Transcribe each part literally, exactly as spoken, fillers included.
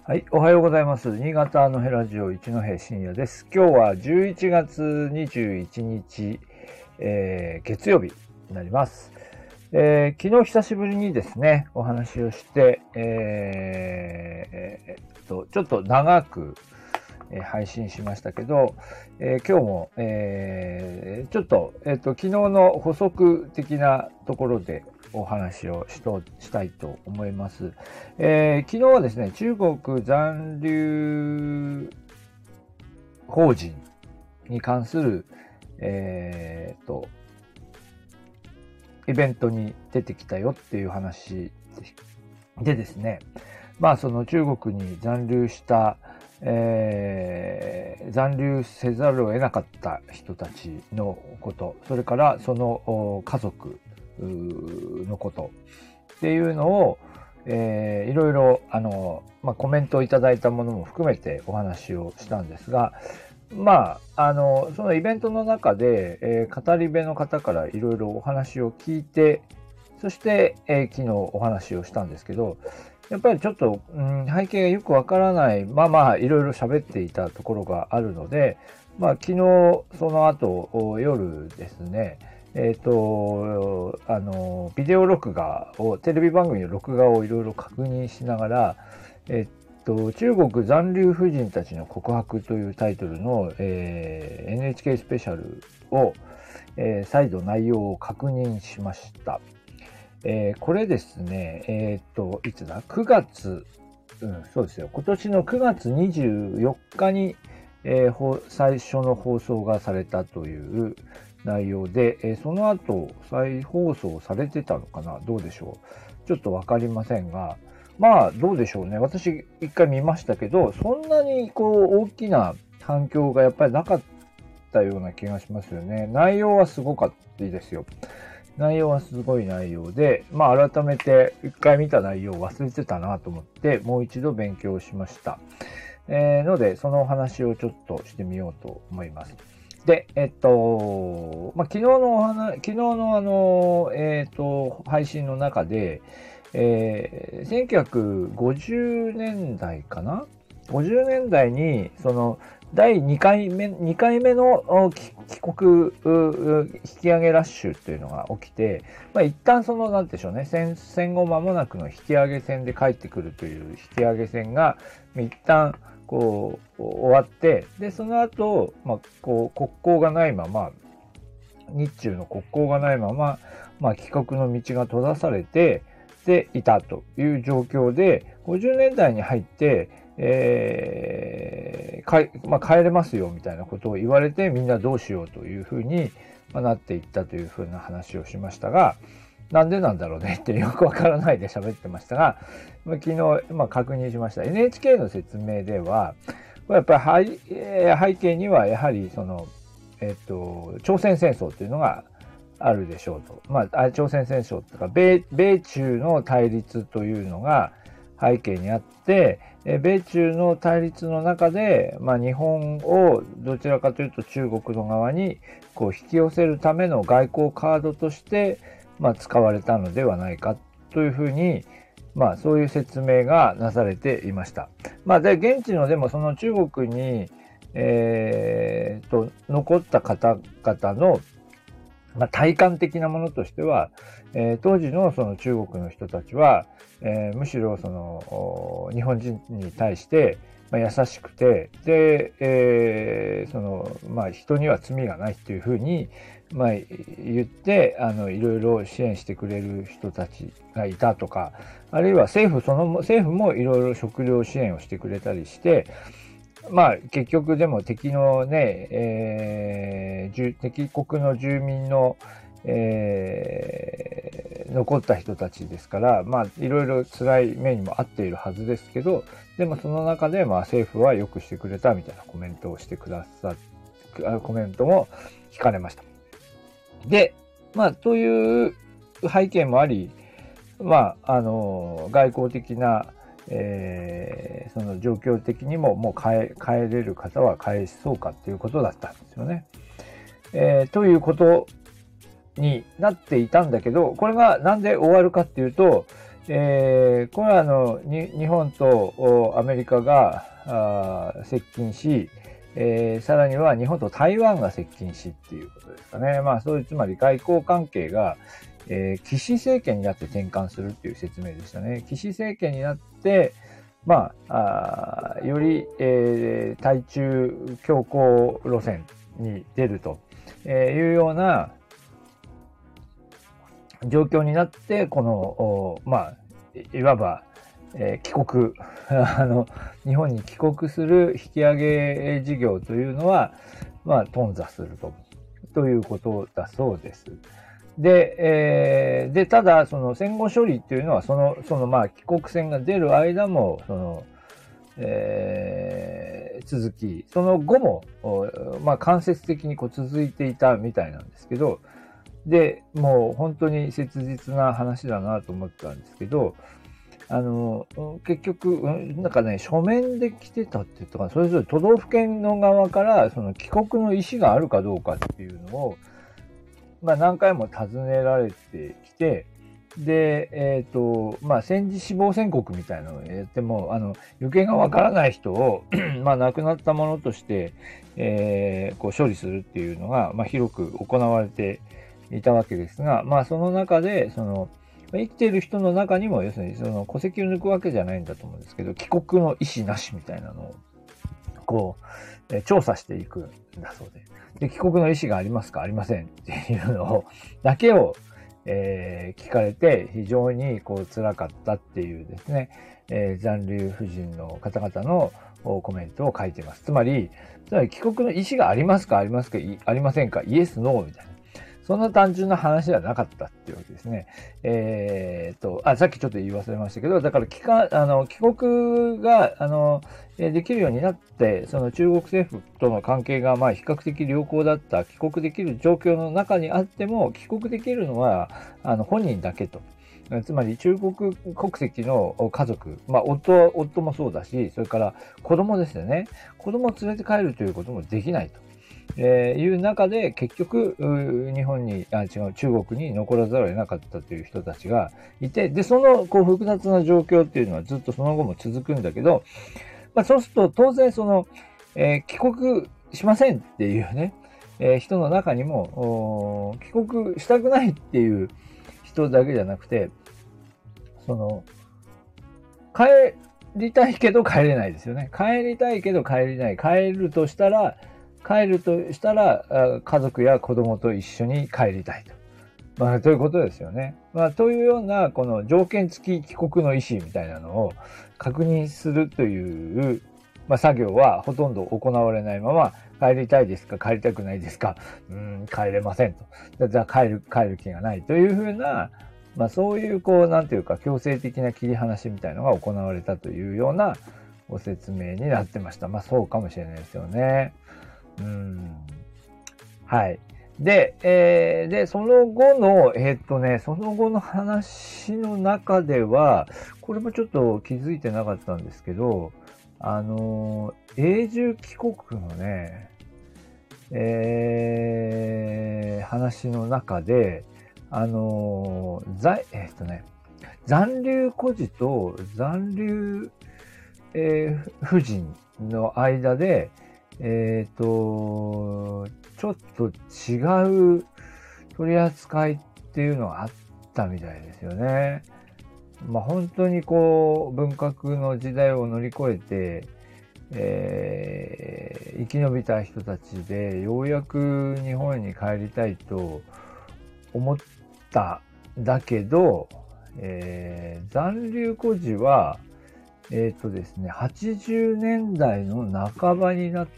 はい、おはようございます。新潟のヘラジオ一戸深夜です。今日はじゅういちがつにじゅういちにち、えー、月曜日になります。えー、昨日久しぶりにですね、お話をして、えー、えー、っと、ちょっと長く配信しましたけど、えー、今日も、えー、ちょっと、えー、っと、昨日の補足的なところでお話をしとしたいと思います。えー、昨日はですね、中国残留邦人に関する、えー、と、イベントに出てきたよっていう話でですね、まあその中国に残留した、えー、残留せざるを得なかった人たちのこと、それからその家族のことっていうのを、えー、いろいろあの、まあ、コメントをいただいたものも含めてお話をしたんですが、まあ、あのそのイベントの中で、えー、語り部の方からいろいろお話を聞いて、そして、えー、昨日お話をしたんですけど、やっぱりちょっと、うん、背景がよくわからないままいろいろ喋っていたところがあるので、まあ、昨日その後夜ですね、えっと、あの、ビデオ録画を、テレビ番組の録画をいろいろ確認しながら、えっと、中国残留婦人たちの告白というタイトルの、えー、エヌエイチケー スペシャルを、えー、再度内容を確認しました。えー、これですね、えっと、いつだ ?くがつ、うん、そうですよ。今年のくがつにじゅうよっかに、えー、最初の放送がされたという内容で、えー、その後再放送されてたのかな、どうでしょう。ちょっとわかりませんが、まあどうでしょうね。私一回見ましたけど、そんなにこう大きな反響がやっぱりなかったような気がしますよね。内容はすごかったですよ。内容はすごい内容で、まあ改めて一回見た内容を忘れてたなと思って、もう一度勉強しました。えー、ので、そのお話をちょっとしてみようと思います。で、えっと、まあ、昨日のお話、昨日のあの、えっと、配信の中で、えー、せんきゅうひゃくごじゅうねんだいかな ?ごじゅう 年代に、その、だいにかいめ、にかいめの帰国引き上げラッシュっていうのが起きて、まあ、一旦その、なんでしょうね、戦、戦後間もなくの引き上げ戦で帰ってくるという引き上げ戦が、一旦、こう、終わって、で、その後、まあ、こう、国交がないまま、日中の国交がないまま、まあ、帰国の道が閉ざされて、で、いたという状況で、ごじゅうねんだいに入って、えー、かまあ、帰れますよみたいなことを言われて、みんなどうしようというふうになっていったというふうな話をしましたが、なんでなんだろうねってよくわからないで喋ってましたが、昨日、まあ、確認しました。エヌエイチケー の説明では、やっぱり背景にはやはりその、えっと、朝鮮戦争というのがあるでしょうと。まあ、朝鮮戦争とか米、米中の対立というのが背景にあって、米中の対立の中で、まあ、日本をどちらかというと中国の側にこう引き寄せるための外交カードとして、まあ、使われたのではないかというふうに、まあ、そういう説明がなされていました。まあ、で、現地のでもその中国に、えー、と、残った方々の、まあ、体感的なものとしては、えー、当時のその中国の人たちは、えー、むしろその日本人に対して、まあ、優しくて、で、えー、そのまあ人には罪がないっていうふうに、まあ、言ってあのいろいろ支援してくれる人たちがいたとか、あるいは政府その政府もいろいろ食料支援をしてくれたりして。まあ結局でも敵のね、えー、敵国の住民の、えー、残った人たちですから、まあいろいろ辛い目にも遭っているはずですけど、でもその中でまあ政府はよくしてくれたみたいなコメントをしてくださっコメントも聞かれました。で、まあという背景もあり、まああの外交的なえー、その状況的にももう帰帰れる方は帰しそうかっていうことだったんですよね。えー、ということになっていたんだけど、これがなんで終わるかっていうと、 えー、これはあのに日本とアメリカがあ接近し、えー、さらには日本と台湾が接近しっていうことですかね。まあそういうつまり外交関係が、えー、岸政権になって転換するっていう説明でしたね。岸政権になって、まあ、あより、えー、対中強硬路線に出るというような状況になって、この、まあ、いわば、えー、帰国あの、日本に帰国する引き上げ事業というのは、まあ、頓挫すると、ということだそうです。で、えー、で、ただ、その戦後処理っていうのは、その、その、まあ、帰国船が出る間も、その、えー、続き、その後も、まあ、間接的にこう続いていたみたいなんですけど、で、もう本当に切実な話だなと思ったんですけど、あの、結局、なんかね、書面で来てたって言ったかな、それぞれ都道府県の側から、その帰国の意思があるかどうかっていうのを、まあ何回も尋ねられてきて、で、えっと、まあ戦時死亡宣告みたいなのをやっても、あの、行方がわからない人を、まあ亡くなったものとして、えー、こう処理するっていうのが、まあ広く行われていたわけですが、まあその中で、その、生きている人の中にも、要するにその戸籍を抜くわけじゃないんだと思うんですけど、帰国の意思なしみたいなのを、こう、え調査していくんだそうで。で、帰国の意思がありますかありませんっていうのを、だけを、えー、聞かれて、非常にこう辛かったっていうですね、えー、残留婦人の方々のコメントを書いています。つまり、つまり帰国の意思がありますかありますかありませんかイエス、ノーみたいな。そんな単純な話ではなかったっていうわけですね。えー、と、あ、さっきちょっと言い忘れましたけど、だから帰還、あの、帰国が、あの、できるようになって、その中国政府との関係が、まあ、比較的良好だった、帰国できる状況の中にあっても、帰国できるのは、あの、本人だけと。つまり中国国籍の家族、まあ夫、夫もそうだし、それから子供ですよね。子供を連れて帰るということもできないと。えー、いう中で結局日本にあ違う中国に残らざるを得なかったという人たちがいて、でそのこう複雑な状況っていうのはずっとその後も続くんだけど、まあ、そうすると当然その、えー、帰国しませんっていうね、えー、人の中にも帰国したくないっていう人だけじゃなくて、その帰りたいけど帰れないですよね。帰りたいけど帰れない。帰るとしたら帰るとしたら、家族や子供と一緒に帰りたいと。まあ、ということですよね。まあ、というような、この条件付き帰国の意思みたいなのを確認するという、まあ、作業はほとんど行われないまま、帰りたいですか帰りたくないですかうーん、帰れませんと。じゃあ帰る、帰る気がないというふうな、まあ、そういう、こう、なんていうか、強制的な切り離しみたいなのが行われたというようなご説明になってました。まあ、そうかもしれないですよね。うん。はい。で、えー、で、その後の、えー、っとね、その後の話の中では、これもちょっと気づいてなかったんですけど、あの、永住帰国のね、えー、話の中で、あの、在、えー、っとね、残留孤児と残留、えー、婦人の間で、えっと、ちょっと違う取り扱いっていうのがあったみたいですよね。まあ本当にこう文革の時代を乗り越えて、えー、生き延びた人たちでようやく日本に帰りたいと思っただけど、えー、残留孤児はえっとですね、はちじゅうねんだいの半ばになって、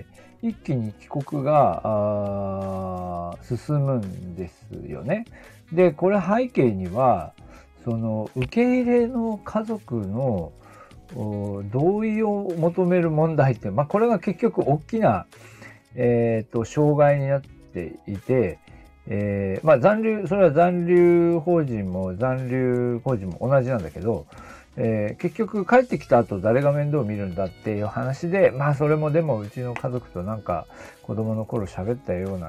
一気に帰国が進むんですよね。で、これ背景には、その受け入れの家族の同意を求める問題って、まあこれが結局大きな、えっと、障害になっていて、えー、まあ残留、それは残留法人も残留孤児も同じなんだけど、えー、結局帰ってきた後誰が面倒を見るんだっていう話で、まあそれもでもうちの家族となんか子供の頃喋ったような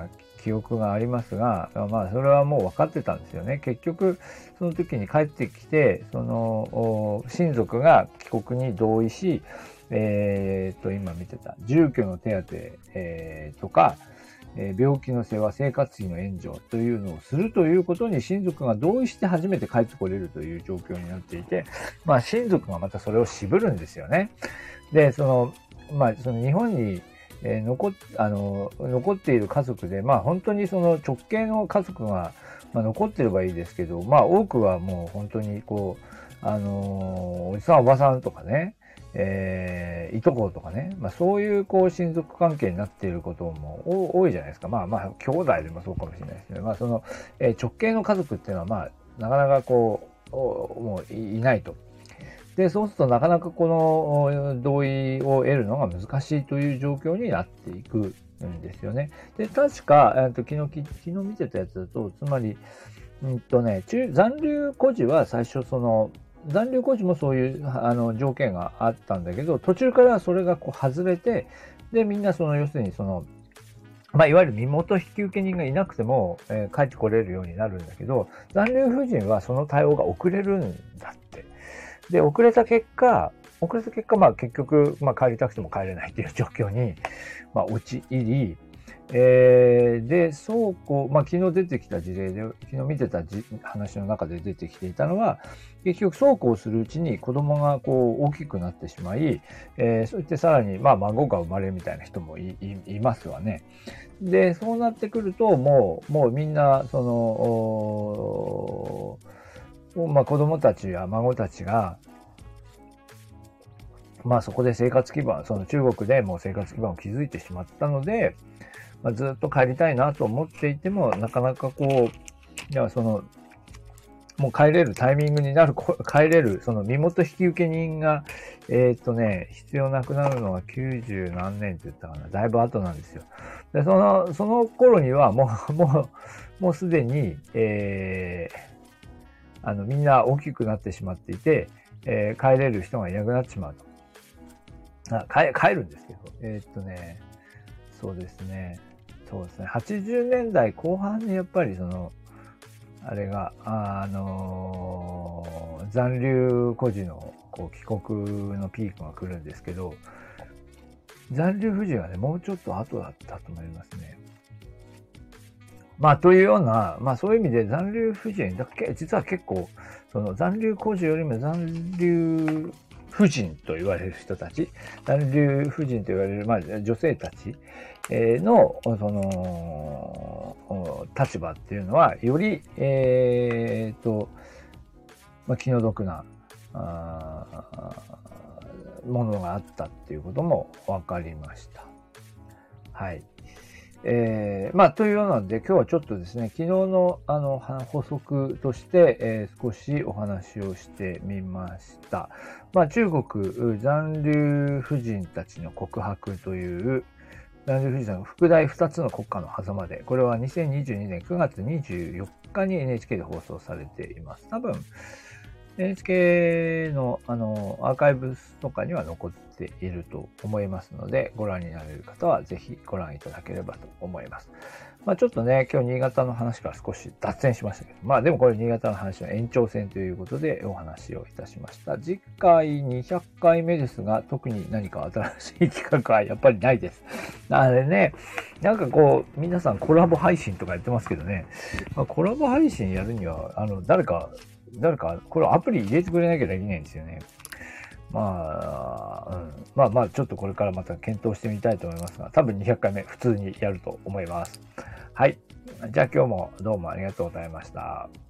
記憶がありますが、まあそれはもう分かってたんですよね。結局その時に帰ってきて、その親族が帰国に同意し、えー、っと今見てた住居の手当、えー、とか、病気の世話、生活費の援助というのをするということに親族が同意して初めて帰ってこれるという状況になっていて、まあ親族がまたそれを渋るんですよね。で、その、まあその日本にえー、残っあの残っている家族で、まあ本当にその直系の家族が、まあ、残ってればいいですけど、まあ多くはもう本当にこう、あのおじさんおばさんとかね、えー、いとことかね、まあそういうこう親族関係になっていることも多いじゃないですか。まあまあ兄弟でもそうかもしれないですね。まあその、えー、直系の家族っていうのはまあなかなかこう、もういないと。で、そうするとなかなかこの同意を得るのが難しいという状況になっていくんですよね。で、確か、えっと、昨日、昨日見てたやつだと、つまり、うんとね、中残留孤児は最初その、残留孤児もそういうあの条件があったんだけど、途中からそれがこう外れて、で、みんなその、要するにその、まあ、いわゆる身元引受人がいなくても、えー、帰ってこれるようになるんだけど、残留婦人はその対応が遅れるんだって。で、遅れた結果、遅れた結果、まあ結局、まあ帰りたくても帰れないという状況に、まあ陥り、えー、で、倉庫、まあ昨日出てきた事例で、昨日見てた話の中で出てきていたのは、結局倉庫をするうちに子供がこう大きくなってしまい、えー、そしてさらに、まあ孫が生まれるみたいな人も い, い, いますわね。で、そうなってくると、もう、もうみんな、その、まあ子供たちや孫たちが、まあそこで生活基盤、その中国でもう生活基盤を築いてしまったので、まあ、ずっと帰りたいなと思っていても、なかなかこう、いやその、もう帰れるタイミングになる、帰れる、その身元引受人が、えっとね、必要なくなるのはきゅうじゅう何年って言ったかな、だいぶ後なんですよ。で、その、その頃にはもう、もう、もうすでに、えー、あの、みんな大きくなってしまっていて、えー、帰れる人がいなくなってしまうと。あ、帰、帰るんですけど、えー、っとね、そうですね、そうですね、はちじゅうねんだいこう半にやっぱりその、あれが、あのー、残留孤児のこう帰国のピークが来るんですけど、残留婦人はね、もうちょっと後だったと思いますね。まあ、というような、まあそういう意味で残留婦人、だけ実は結構、その残留孤児よりも残留婦人と言われる人たち、残留婦人と言われる、まあ、女性たちの、その、立場っていうのは、より、えー、と、まあ、気の毒な、ものがあったっていうことも分かりました。はい。えー、まあ、というようなので、今日はちょっとですね、昨日のあの補足として、えー、少しお話をしてみました。まあ、中国残留婦人たちの告白という、残留婦人の副題ふたつの国家の狭間で、これはにせんにじゅうにねんくがつにじゅうよっかに エヌエイチケー で放送されています。多分、エヌエイチケー の, あのアーカイブスとかには残っていると思いますので、ご覧になれる方はぜひご覧いただければと思います。まあちょっとね、今日新潟の話から少し脱線しましたけど、まあでもこれ新潟の話の延長線ということでお話をいたしました。次回にひゃっかいめですが、特に何か新しい企画はやっぱりないです。なのでね、なんかこう、皆さんコラボ配信とかやってますけどね、まあ、コラボ配信やるには、あの、誰か、誰か、これアプリ入れてくれなきゃできないんですよね。まあ、うん。まあまあ、ちょっとこれからまた検討してみたいと思いますが、多分にひゃっかいめ普通にやると思います。はい。じゃあ今日もどうもありがとうございました。